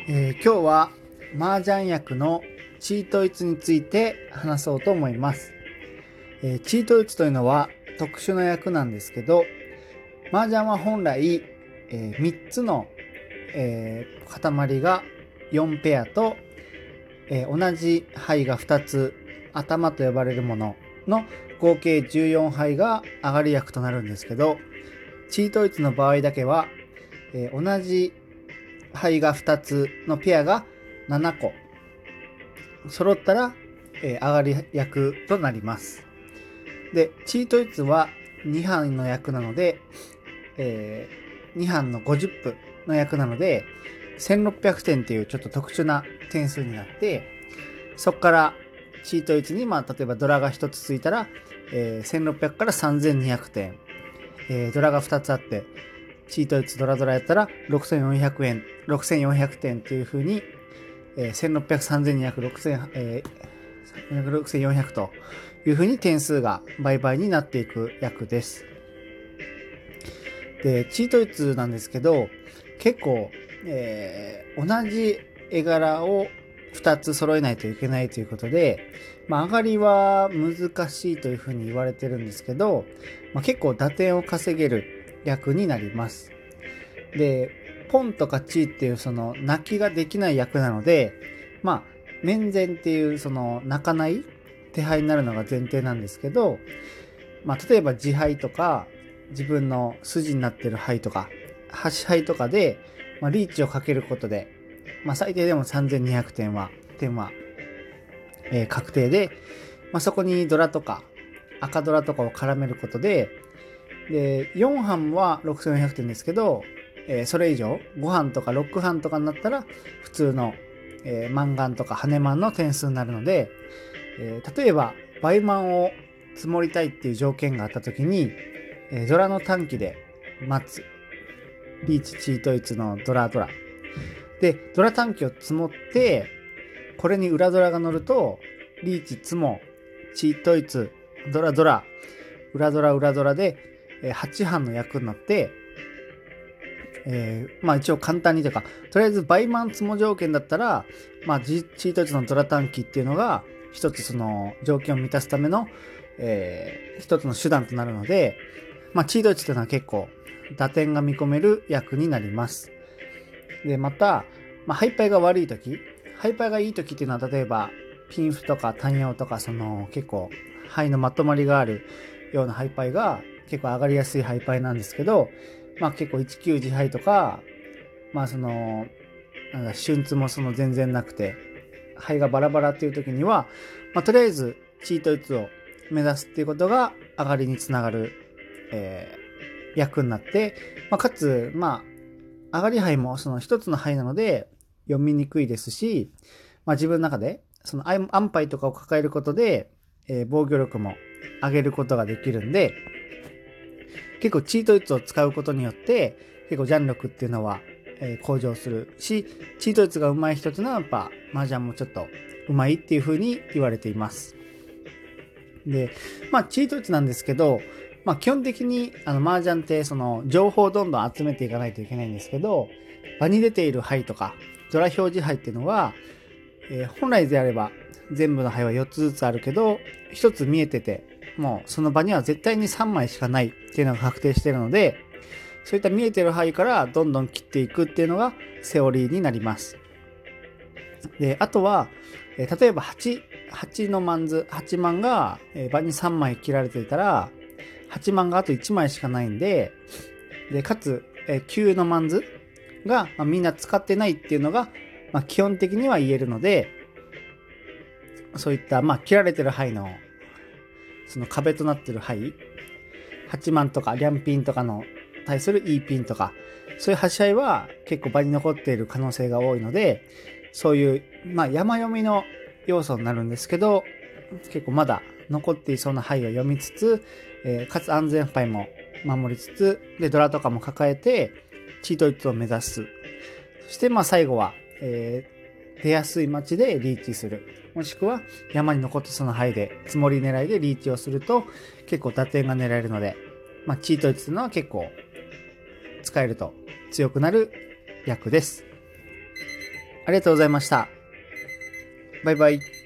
今日は麻雀役のチートイツについて話そうと思います。チートイツというのは特殊な役なんですけど、麻雀は本来、3つの、塊が4ペアと、同じ牌が2つ頭と呼ばれるものの合計14牌が上がり役となるんですけど、チートイツの場合だけは、同じ牌が2つのペアが7個揃ったら、上がり役となります。で、チートイツは2班の役なので、2班の50分の役なので1600点っていうちょっと特殊な点数になって、そこからチートイツに例えばドラが1つついたら、1600から3200点、ドラが2つあってチートイツドラやったら6400点っていう風に、1600、3200、6400という風に点数が倍々になっていく役です。で、チートイツなんですけど、結構、同じ絵柄を2つ揃えないといけないということで、上がりは難しいというふうに言われてるんですけど、結構打点を稼げる役になります。で、ポンとかチーっていうその泣きができない役なので、面前っていうその泣かない手配になるのが前提なんですけど、例えば自敗とか自分の筋になってる牌とか端牌とかで、リーチをかけることで、最低でも3200点は確定で、そこにドラとか赤ドラとかを絡めることで、4班は6400点ですけど、それ以上5班とか6班とかになったら普通の、マンガンとかハネマンの点数になるので、例えば倍マンを積もりたいっていう条件があった時に、ドラの短期で待つリーチチートイツのドラでドラ短期を積もって、これに裏ドラが乗るとリーチツモチートイツドラ裏ドラで8班の役になって、一応簡単にというか、とりあえず倍満積も条件だったら、チートイツのドラ短期っていうのが一つその条件を満たすための、一つの手段となるので、チートイツというのは結構打点が見込める役になります。で、また、ハイパイが悪い時、ハイパイがいい時っていうのは、例えばピンフとか単葉とか、その結構牌のまとまりがあるようなハイパイが結構上がりやすいハイパイなんですけど、結構19自敗とか、その瞬痛もその全然なくて牌がバラバラっていう時には、とりあえずチートイツを目指すっていうことが上がりにつながる、役になって、かつ上がり牌もその一つの牌なので読みにくいですし、自分の中でその安牌とかを抱えることで、防御力も上げることができるんで、結構チートイツを使うことによって結構ジャン力っていうのは、向上するし、チートイツが上手い人っていうのはやっぱ麻雀もちょっと上手いっていう風に言われています。で、チートイツなんですけど、基本的に麻雀ってその情報をどんどん集めていかないといけないんですけど、場に出ている牌とかドラ表示牌っていうのは、本来であれば全部の牌は4つずつあるけど、1つ見えててもうその場には絶対に3枚しかないっていうのが確定しているので、そういった見えてる範囲からどんどん切っていくっていうのがセオリーになります。で、あとは、例えば8のマンズ、8マンが場に3枚切られていたら、8マンがあと1枚しかないんで、かつ9のマンズがみんな使ってないっていうのが基本的には言えるので、そういった切られてる範囲のその壁となってる牌、8万とかリャンピンとかの対する E ピンとか、そういう端合は結構場に残っている可能性が多いので、そういう山読みの要素になるんですけど、結構まだ残っていそうな牌を読みつつ、かつ安全牌も守りつつ、でドラとかも抱えてチートイツを目指す。そして最後は、出やすい街でリーチする、もしくは山に残ってその範囲で積もり狙いでリーチをすると結構打点が狙えるので、チートイツというのは結構使えると強くなる役です。 ありがとうございました。バイバイ。